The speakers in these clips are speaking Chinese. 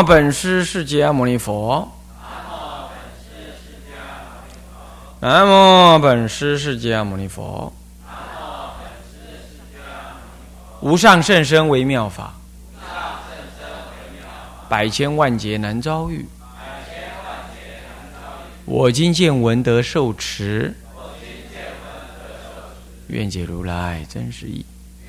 无本师释迦牟尼佛。南无本师释迦牟尼佛。无上甚深微妙法，百千万劫难遭遇。我今见闻得受持，愿解如来真实义。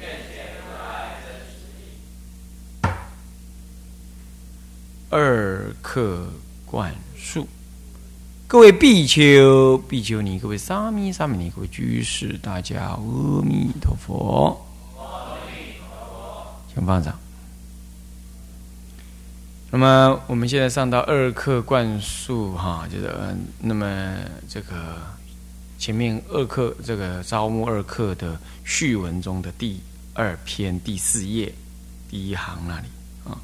二课灌输，各位比丘、比丘尼，各位沙弥、沙弥尼，各位居士，大家阿弥陀佛。请放掌。那么我们现在上到二课灌输哈，就是那么这个前面二课这个招募二课的序文中的第二篇第四页第一行那里啊。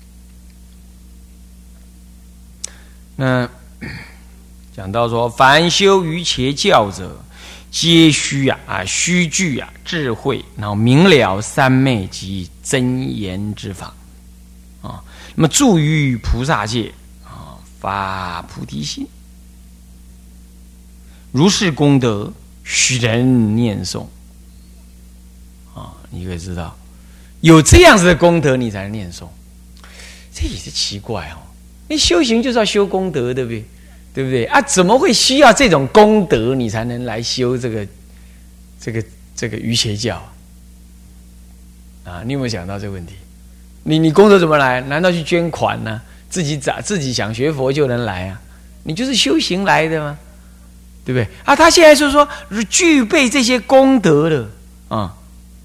那讲到说，凡修瑜伽教者，皆须须具智慧，然后明了三昧及真言之法啊。那么住于菩萨界啊，发菩提心，如是功德，许人念诵啊。你可以知道，有这样子的功德，你才能念诵。这也是奇怪哦。你修行就是要修功德，对不对？对不对啊？怎么会需要这种功德，你才能来修这个瑜伽教啊？你有没有想到这个问题？你功德怎么来？难道去捐款呢？自己想学佛就能来啊？你就是修行来的吗？对不对啊？他现在是说具备这些功德的啊，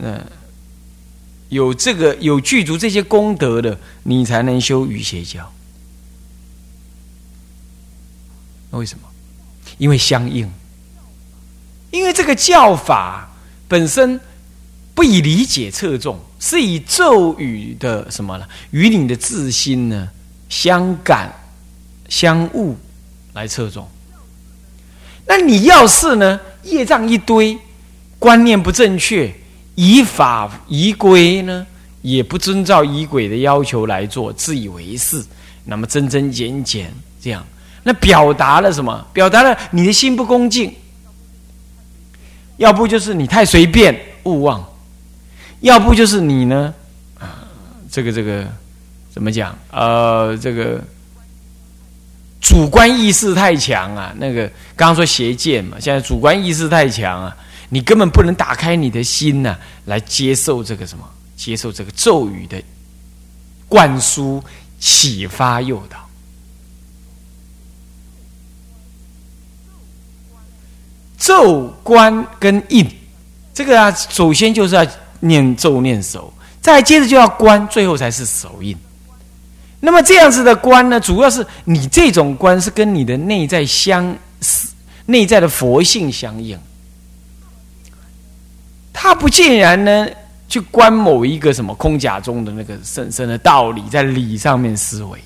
有具足这些功德的，你才能修瑜伽教。那为什么？因为相应，因为这个教法本身不以理解侧重，是以咒语的什么呢？与你的自心呢相感相悟来侧重。那你要是呢业障一堆，观念不正确，以法仪规呢也不遵照仪轨的要求来做，自以为是，那么增增减减这样。那表达了什么？表达了你的心不恭敬，要不就是你太随便勿忘，要不就是你呢，这个怎么讲？这个主观意识太强啊。那个刚刚说邪见嘛，现在主观意识太强啊，你根本不能打开你的心呐，来接受这个什么？接受这个咒语的灌输、启发、诱导。咒观跟印，这个首先就是要念咒念手，再接着就要观，最后才是手印。那么这样子的观呢，主要是你这种观是跟你的内在的佛性相应，它不尽然呢去观某一个什么空假中的那个深深的道理，在理上面思维，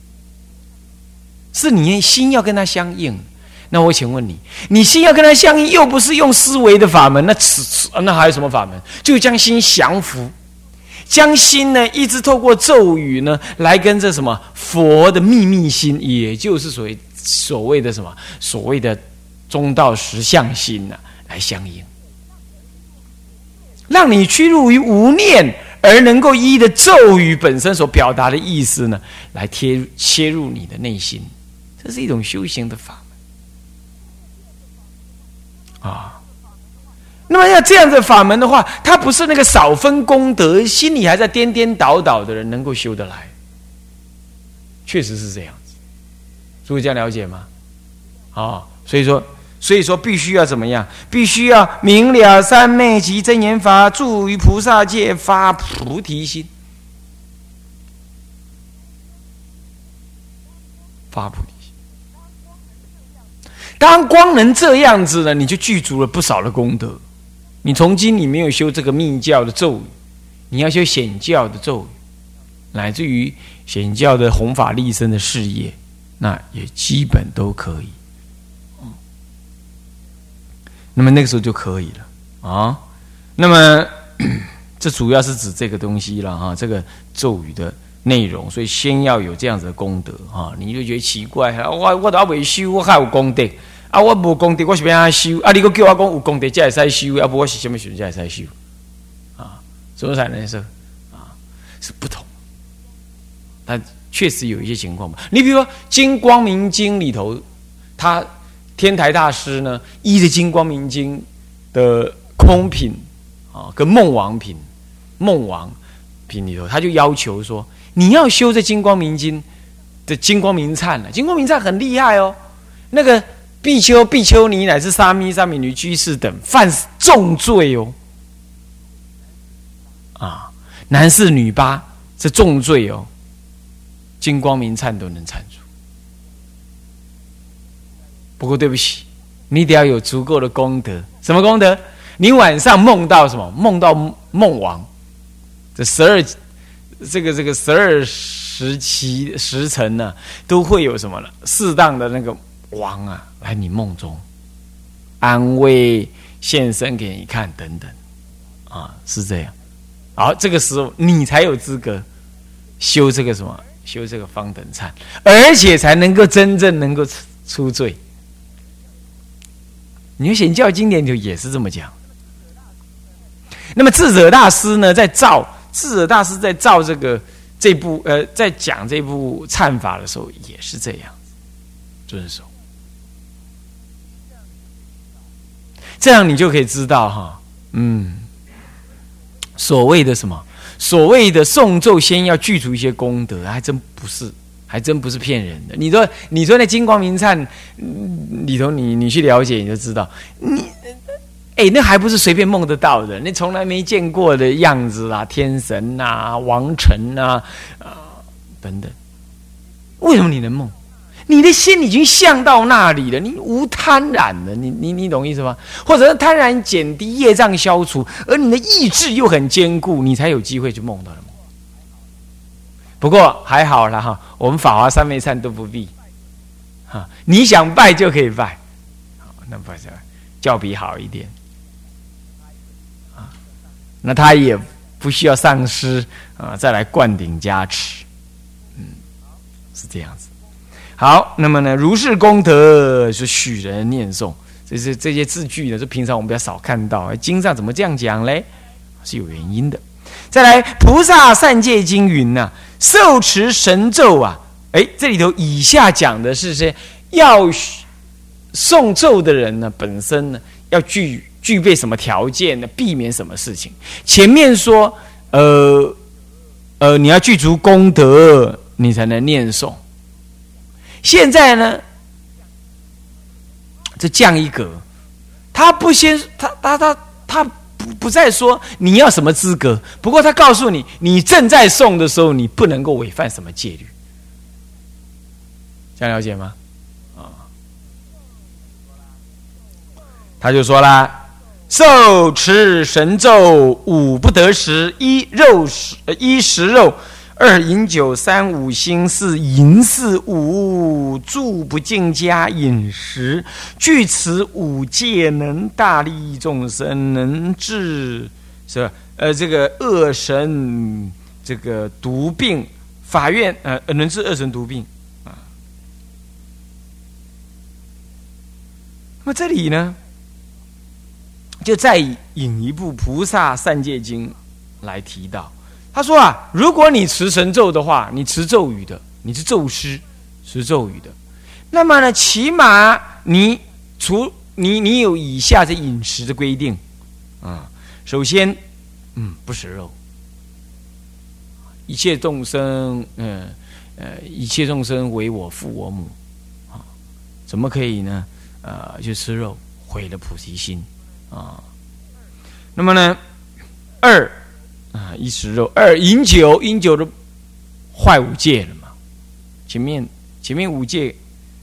是你心要跟它相应。那我请问你，你心要跟他相应，又不是用思维的法门，那还有什么法门？就将心降服，将心呢一直透过咒语呢来跟这什么佛的秘密心，也就是所谓的什么所谓的中道实相心来相应，让你趋入于无念，而能够依的咒语本身所表达的意思呢，来切入你的内心，这是一种修行的法门。那么要这样的法门的话，他不是那个少分功德，心里还在颠颠倒倒的人能够修得来，确实是这样子。诸位这样了解吗？所以说必须要怎么样？必须要明了三昧及真言法，住于菩萨界，发菩提心，发菩提。当光能这样子呢，你就具足了不少的功德。你从今你没有修这个密教的咒语，你要修显教的咒语，乃至于显教的弘法利生的事业，那也基本都可以。那么那个时候就可以了啊。那么这主要是指这个东西了哈，这个咒语的内容，所以先要有这样子的功德啊，你就觉得奇怪啊，我都还未修，我还有功德啊，我无功德，我是要安修啊？你搁叫我讲有功德才会使修，要不我是什么时阵才会使修啊？什么才能说啊？是不同，但确实有一些情况吧。你比如说《金光明经》里头，他天台大师呢，依着《金光明经》的空品啊，跟梦王品里头，他就要求说，你要修这《金光明经》的金光明忏了，金光明忏很厉害哦。那个比丘尼乃至沙弥女居士等犯重罪哦，啊，男四女八是重罪哦，金光明忏都能忏除。不过对不起，你得要有足够的功德。什么功德？你晚上梦到什么？梦到梦王。这12时辰呢，都会有什么呢？适当的那个王啊，来你梦中安慰、现身给你看等等，啊，是这样。好，这个时候你才有资格修这个什么？修这个方等忏，而且才能够真正能够出罪。你看显教经典就也是这么讲。那么智者大师呢，在造这部在讲这部忏法的时候，也是这样遵守。这样你就可以知道哈，所谓的什么？所谓的诵咒先要具足一些功德，还真不是骗人的。你说那金光明忏里头，你去了解你就知道，那还不是随便梦得到的，那从来没见过的样子啦，天神啊、王臣啊，等等。为什么你能梦？你的心已经向到那里了，你无贪婪了，你懂意思吗？或者是贪婪减低，业障消除，而你的意志又很坚固，你才有机会去梦到的梦。不过还好啦哈，我们法华三昧忏都不必哈，你想拜就可以拜，好，那不是较比好一点。那他也不需要上师再来灌顶加持，是这样子。好，那么呢，如是功德是许人念诵，这些字句呢，是平常我们比较少看到。经上怎么这样讲嘞？是有原因的。再来，菩萨善戒经云呐，受持神咒啊，这里头以下讲的是些要诵咒的人呢，本身呢要具备什么条件呢？避免什么事情？前面说，你要具足功德，你才能念诵。现在呢，这降一格，他不先，他不再说你要什么资格，不过他告诉你，你正在诵的时候，你不能够违反什么戒律，这样了解吗？他就说啦。受持神咒五不得食：一食肉，二饮酒，三五辛，四淫四，五住不净家饮食。具此五戒，能大利众生，能治这个恶神这个毒病。法院能治恶神毒病啊。那么这里呢？就再引一部《菩萨善戒经》来提到，他说啊，如果你持神咒的话，你持咒语的，你是咒师，持咒语的，那么呢，起码你有以下这饮食的规定啊。首先，不食肉，一切众生，一切众生为我父我母啊，怎么可以呢？就吃肉，毁了菩提心。那么呢，一食肉，二饮酒，饮酒的坏五戒了嘛。前面五戒，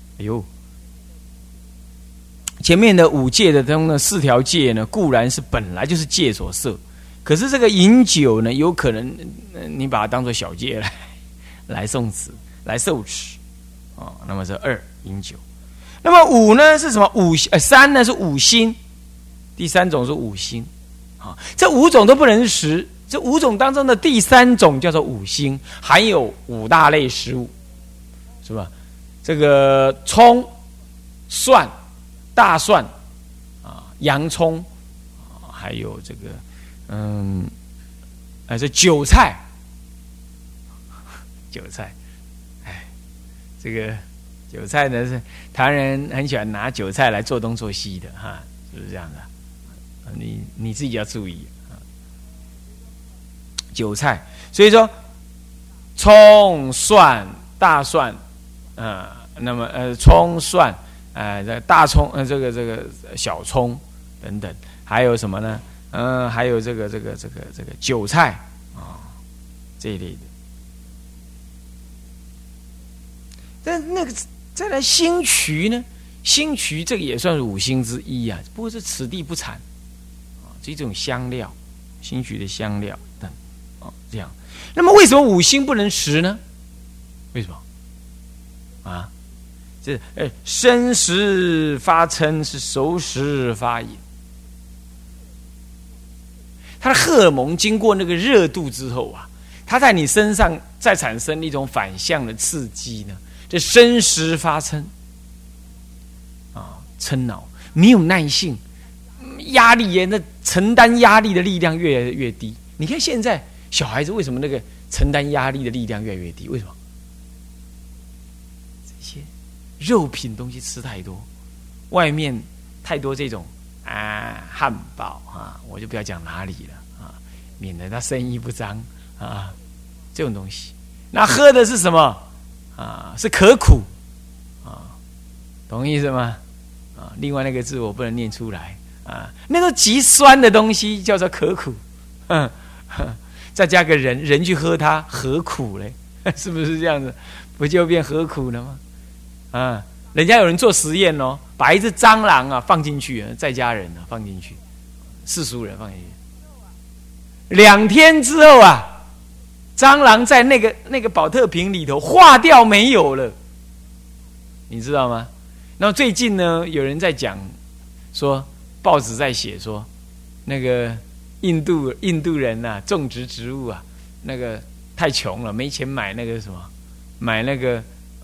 前面的五戒的中的4条戒呢，固然是本来就是戒所设，可是这个饮酒呢，有可能你把它当作小戒来诵持，来受持那么这2饮酒，那么5呢是什么？3呢是5辛。第3种是5辛，这5种都不能食， 这5种当中的第3种叫做五辛，含有5大类食物，是吧？这个葱、蒜、大蒜啊、洋葱啊，还有这个这韭菜，这个韭菜呢是台湾人很喜欢拿韭菜来做东做西的哈，是不是这样的？你自己要注意啊，韭菜。所以说，葱、蒜、大蒜，那么葱、蒜，大葱，这个小葱等等，还有什么呢？还有这个韭菜啊，这一类的。但那个再来辛渠呢？辛渠这个也算是5辛之一啊，不过是此地不产啊，这种香料，辛渠的香料等啊这样。那么为什么5辛不能食呢？为什么？啊，这生食发嗔，是熟食发淫。它的荷尔蒙经过那个热度之后啊，它在你身上再产生一种反向的刺激呢，这生食发嗔啊，嗔恼，没有耐性，压力那承担压力的力量越来越低。你看现在小孩子为什么那个承担压力的力量越来越低？为什么？这些肉品东西吃太多，外面太多这种汉堡啊，我就不要讲哪里了啊，免得他生意不彰啊，这种东西。那喝的是什么啊？是可苦啊，懂意思吗？啊，另外那个字我不能念出来啊，那个极酸的东西叫做可苦，再加个人去喝它，何苦嘞？是不是这样子？不就变何苦了吗？啊，人家有人做实验哦，把一只蟑螂啊放进去，在家人啊放进去，世俗人放进去，2天之后啊，蟑螂在那个保特瓶里头化掉没有了，你知道吗？然后最近呢，有人在讲说，报纸在写说，那个印度人啊，种植植物啊，那个太穷了，没钱买那个什么，买那个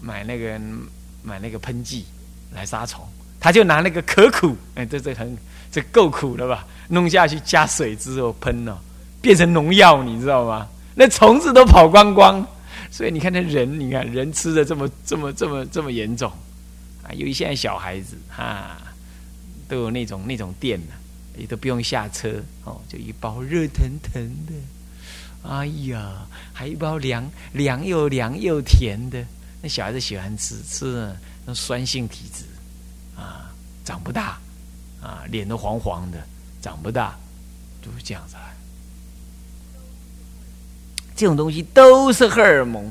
喷剂来杀虫，他就拿那个可苦，这够苦了吧？弄下去加水之后喷了，变成农药，你知道吗？那虫子都跑光光。所以你看那人，你看人吃的这么严重啊！由于现在小孩子都有那种店呢，也都不用下车哦，就一包热腾腾的，哎呀，还一包凉又凉又甜的。那小孩子喜欢吃了那酸性体质啊，长不大啊，脸都黄黄的，长不大，就是这样子来。这种东西都是荷尔蒙，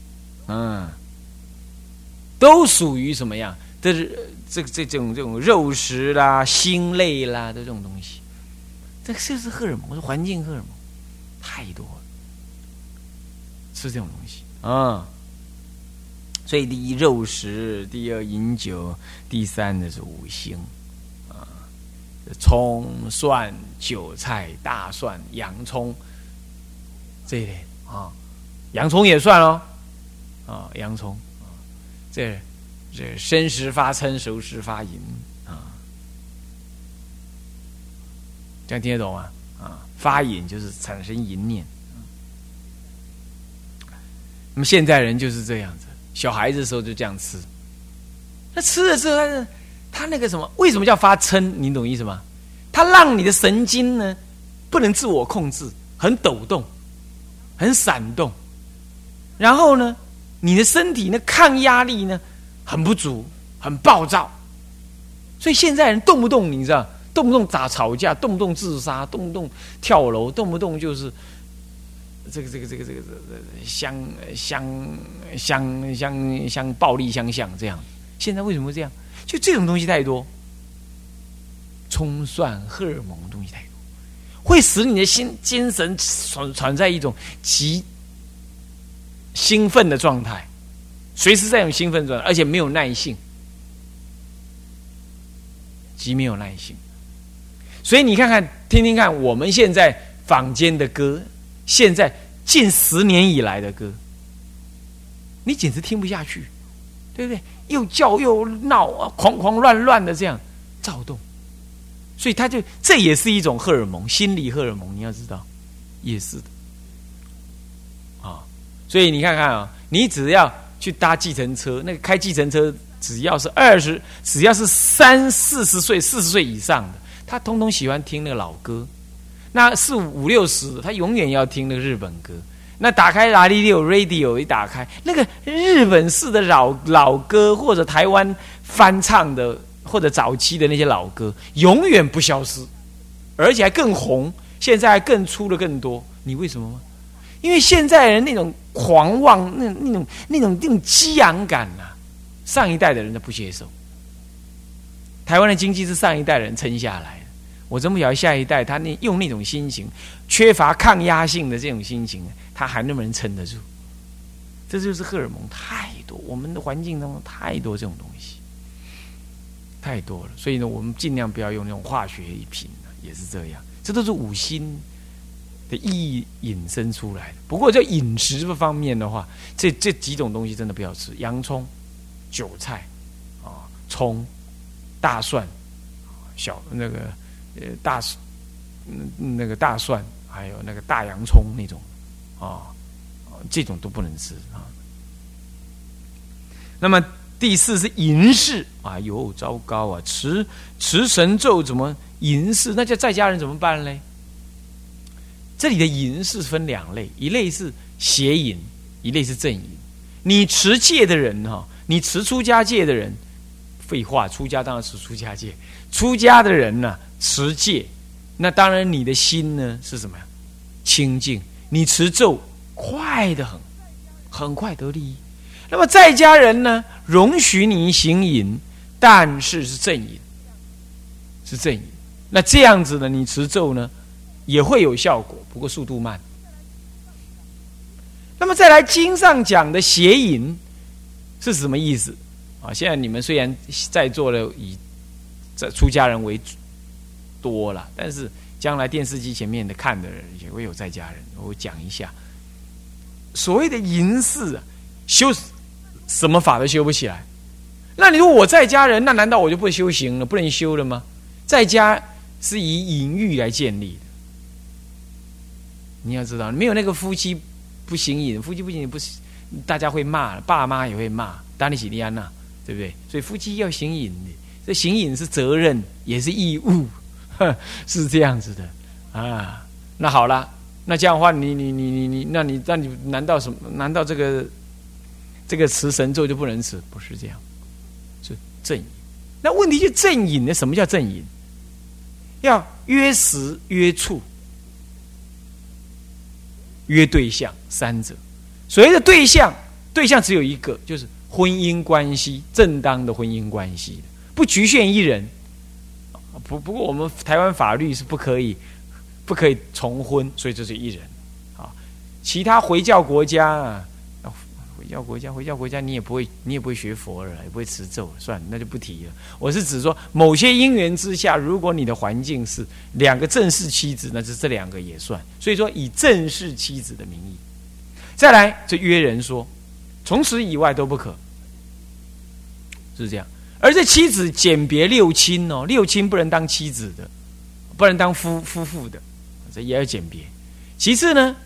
都属于什么样？这种肉食啦、腥类啦的这种东西，这是荷尔蒙，是环境荷尔蒙，太多了，吃这种东西啊。所以第一肉食，第二饮酒，第三的是5辛啊，葱、蒜、韭菜、大蒜、洋葱这一类啊，洋葱也算哦啊，洋葱啊，这生食发嗔，熟食发淫啊，这样听得懂吗？啊，发淫就是产生淫念。那么现在人就是这样子。小孩子的时候就这样吃，那吃了之后，他那个什么，为什么叫发嗔？你懂意思吗？他让你的神经呢不能自我控制，很抖动，很闪动，然后呢，你的身体呢抗压力呢很不足，很暴躁，所以现在人动不动你知道，动不动吵架，动不动自杀，动不动跳楼，动不动就是。这个相暴力相向这样，现在为什么会这样？就这种东西太多，葱蒜荷尔蒙的东西太多，会使你的精神处在一种极兴奋的状态，随时在一种兴奋状态，而且没有耐性，极没有耐性。所以你看看，听听看，我们现在坊间的歌。 现在近10年以来的歌，你简直听不下去，对不对？又叫又闹啊，狂狂乱乱的这样躁动，所以这也是一种荷尔蒙，心理荷尔蒙，你要知道，也是的啊。所以你看看啊，你只要去搭计程车，那个开计程车只要是30，只要是30、40岁、40岁以上的，他通通喜欢听那个老歌。那45、60，他永远要听那个日本歌。那打开radio 一打开，那个日本式的老歌，或者台湾翻唱的，或者早期的那些老歌，永远不消失，而且还更红。现在还更出的更多。你为什么吗？因为现在人那种狂妄，那种激昂感啊，上一代的人都不接受。台湾的经济是上一代人撑下来的，我真不晓得下一代他用那种心情，缺乏抗压性的这种心情，他还能不能撑得住？这就是荷尔蒙太多，我们的环境当中太多这种东西，太多了。所以呢，我们尽量不要用那种化学品，也是这样。这都是五辛的意义引申出来的。不过在饮食这方面的话，这几种东西真的不要吃：洋葱、韭菜啊、葱、大蒜、那个大蒜，还有那个大洋葱那种啊，这种都不能吃啊。那么第4是淫事，哎呦，糟糕啊！持神咒怎么淫事？那就在家人怎么办嘞？这里的淫事分2类，一类是邪淫，一类是正淫。你持戒的人哈，你持出家戒的人，废话，出家当然持出家戒。出家的人呢，持戒，那当然你的心呢是什么呀？清净。你持咒，快得很，很快得利益。那么在家人呢，容许你行淫，但是是正淫，是正淫。那这样子呢，你持咒呢也会有效果，不过速度慢。那么再来经上讲的邪淫是什么意思啊？现在你们虽然在座的以出家人为多了，但是将来电视机前面的看的人也会有在家人，我讲一下所谓的淫事啊，修什么法都修不起来。那你说我在家人，那难道我就不修行了，不能修了吗？在家是以淫欲来建立的，你要知道，没有那个夫妻不行淫，夫妻不行淫不是大家会骂，爸妈也会骂，当你喜利安娜，对不对？所以夫妻要行淫的，这行淫是责任，也是义务，是这样子的啊。那好了，那这样的话，那你难道什么？难道这个持神咒就不能持？不是这样，是正淫。那问题就正淫呢？什么叫正淫？要约时、约处、约对象3者。所谓的对象只有一个，就是婚姻关系，正当的婚姻关系，不局限一人。不过我们台湾法律是不可以重婚，所以这是一人啊。其他回教国家啊，回教国家你也不会学佛了，也不会持咒了，算了，那就不提了。我是指说，某些因缘之下，如果你的环境是2个正式妻子，那这2个也算。所以说，以正式妻子的名义，再来这约人说，从此以外都不可，是这样。而这妻子简别6亲哦，6亲不能当妻子的，不能当夫妇的，这也要简别。其次呢，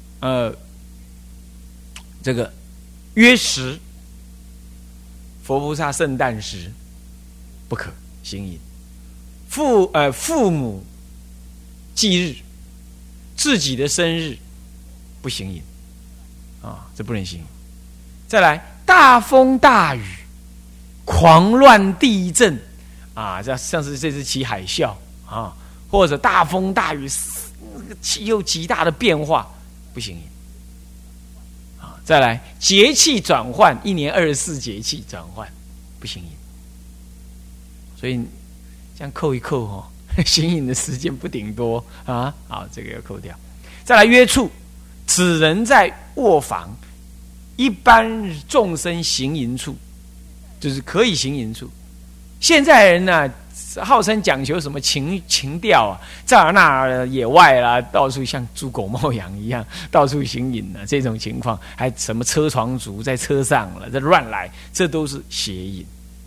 这个约时，佛菩萨圣诞时不可行淫，父母忌日，自己的生日不行淫啊，这不能行。再来，大风大雨、狂乱地震啊，像是这次起海啸啊，或者大风大雨，气候极大的变化，不行淫。再来，节气转换，1年24节气转换，不行淫。所以这样扣一扣哦，行淫的时间不顶多啊。好，这个要扣掉。再来约处，此人在卧房，一般众生行淫处，就是可以行淫处。现在人呢， 号称讲求什么情调啊，在那野外啦，到处像猪狗猫羊一样到处行淫啊，这种情况，还什么车床族在车上了，这乱来，这都是邪淫。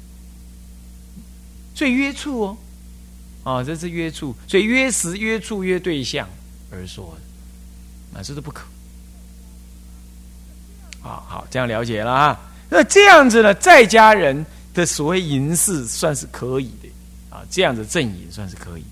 所以约处这是约处，所以约时、约处、约对象而说的，这都不可。好，这样了解了啊。那这样子呢，在家人的所谓淫事算是可以的这样子正淫算是可以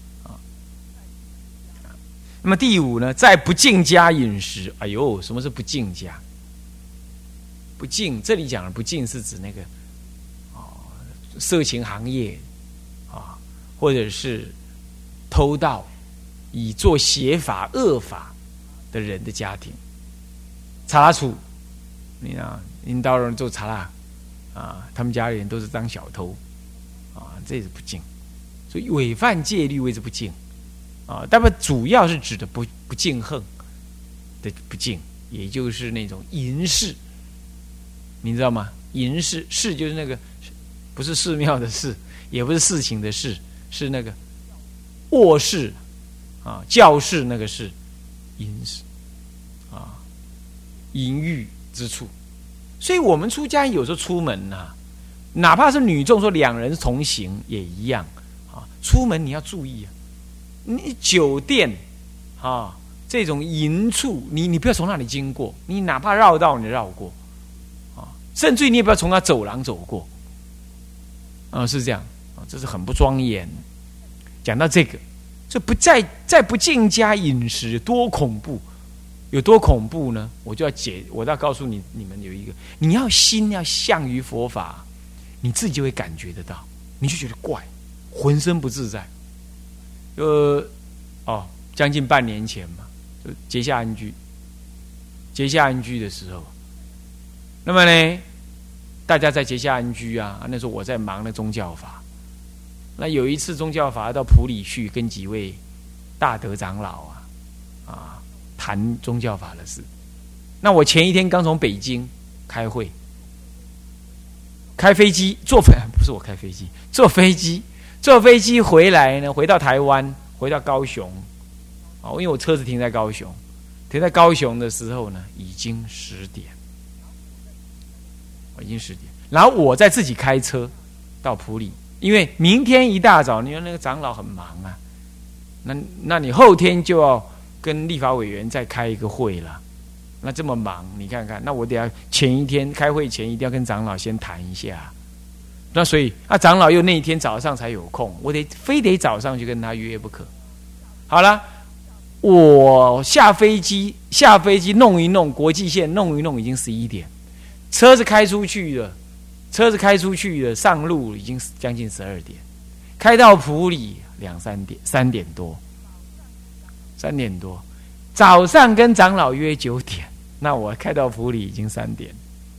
那么第五呢，在不敬家饮食。哎呦，什么是不敬家？不敬，这里讲的不敬是指那个色情行业或者是偷盗以做邪法恶法的人的家庭。查拉处，你啊，领导人做查拉他们家里人都是当小偷这是不敬。所以违犯戒律谓之不敬但不主要是指的不敬恨的不敬，也就是那种淫事，你知道吗？淫事，事就是那个不是寺庙的事，也不是事情的事，是那个卧室教室那个是淫事淫欲之处。所以我们出家有时候出门哪怕是女众说两人同行也一样出门你要注意你酒店这种淫处，你不要从那里经过，你哪怕绕道你绕过甚至你也不要从那走廊走过是这样这是很不庄严。讲到这个，这不在不敬家饮食多恐怖，有多恐怖呢？我要告诉你们有一个，你要心要向于佛法，你自己就会感觉得到，你就觉得怪，浑身不自在。将近半年前嘛，就结下安居的时候，那么呢，大家在结下安居那时候我在忙那宗教法。那有一次宗教法到埔里去，跟几位大德长老谈宗教法的事。那我前一天刚从北京开会，开飞机坐飞机回来呢，回到台湾，回到高雄因为我车子停在高雄的时候呢，已经10点，然后我再自己开车到埔里，因为明天一大早，因为那个长老很忙那你后天就要跟立法委员再开一个会了，那这么忙，你看看，那我得要前一天开会前一定要跟长老先谈一下，那所以长老又那一天早上才有空，我非得早上去跟他约不可。好了，我下飞机弄一弄国际线，弄一弄已经11点，车子开出去了，上路已经将近12点，开到埔里3点多，早上跟长老约9点，那我开到埔里已经3点，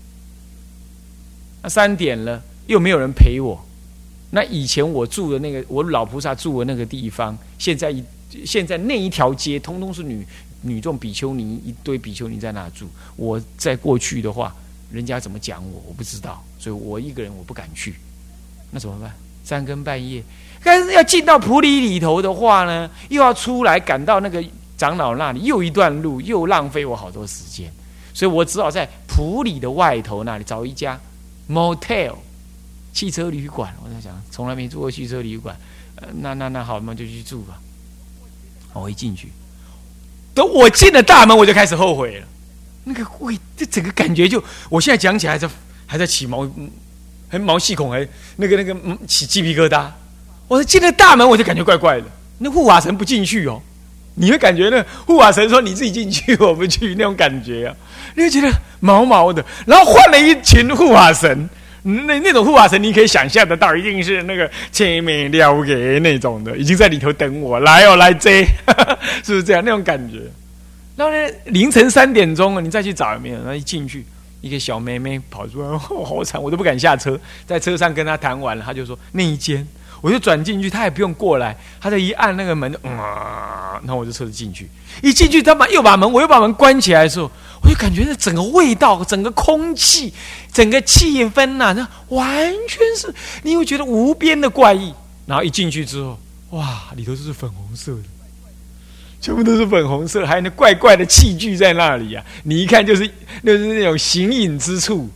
那3点了又没有人陪我，那以前我住的那个我老菩萨住的那个地方，现在那一条街通通是女众比丘尼，一堆比丘尼在那住，我在过去的话人家怎么讲我不知道，所以我一个人我不敢去，那怎么办？3更半夜，但是要进到埔里头的话呢，又要出来赶到那个长老那里，又一段路，又浪费我好多时间，所以我只好在埔里的外头那里找一家 motel 汽车旅馆。我在想，从来没住过汽车旅馆，那好，那就去住吧。我一进去，等我进了大门，我就开始后悔了。那个这整个感觉就，我现在讲起来还在起毛细孔，还那个起鸡皮疙瘩。我进了大门，我就感觉怪怪的。那护法神不进去你会感觉那护法神说你自己进去，我不去那种感觉你会觉得毛毛的。然后换了一群护法神。那种护法神，你可以想象得到，一定是那个前面了给那种的，已经在里头等我来追，是不是这样那种感觉？然后呢，凌晨3点钟你再去找有没有？然后一进去，一个小妹妹跑出来，好惨，我都不敢下车，在车上跟她谈完了，她就说那一间，我就转进去，她也不用过来，她就一按那个门，然后我就车子进去，一进去，我又把门关起来的时候。我就感觉整个味道、整个空气、整个气氛那完全是你会觉得无边的怪异。 然后一进去之后，哇，里头都是粉红色的，全部都是粉红色，还有那怪怪的器具在那里啊！你一看就是那种形影之处。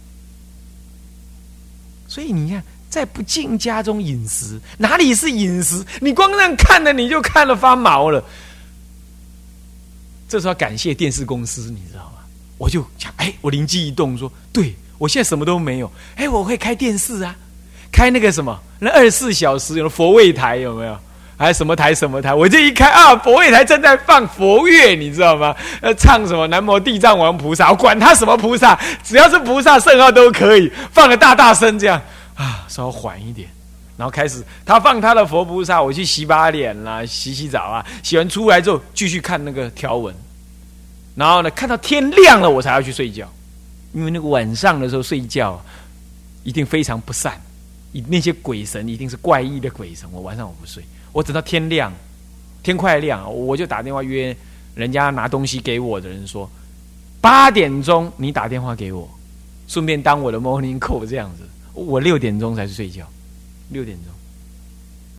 所以你看，在不净家中饮食，哪里是饮食？你光那样看了，你就看了发毛了。这时候要感谢电视公司，你知道吗？我就想，我灵机一动说，对，我现在什么都没有，我会开电视啊，开那个什么，那24小时有佛味台有没有？还什么台什么台？我这一开啊，佛味台正在放佛乐，你知道吗？唱什么南无地藏王菩萨，我管他什么菩萨，只要是菩萨圣号都可以，放个大声这样啊，稍微缓一点。然后开始他放他的佛菩萨，我去洗把脸啦，洗澡啊，洗完出来之后继续看那个条文，然后呢看到天亮了我才要去睡觉，因为那个晚上的时候睡觉一定非常不善，那些鬼神一定是怪异的鬼神，我晚上我不睡。我等到天亮，天快亮，我就打电话约人家拿东西给我的人说，8点钟你打电话给我，顺便当我的 morning call 这样子。我6点钟才去睡觉，6点钟。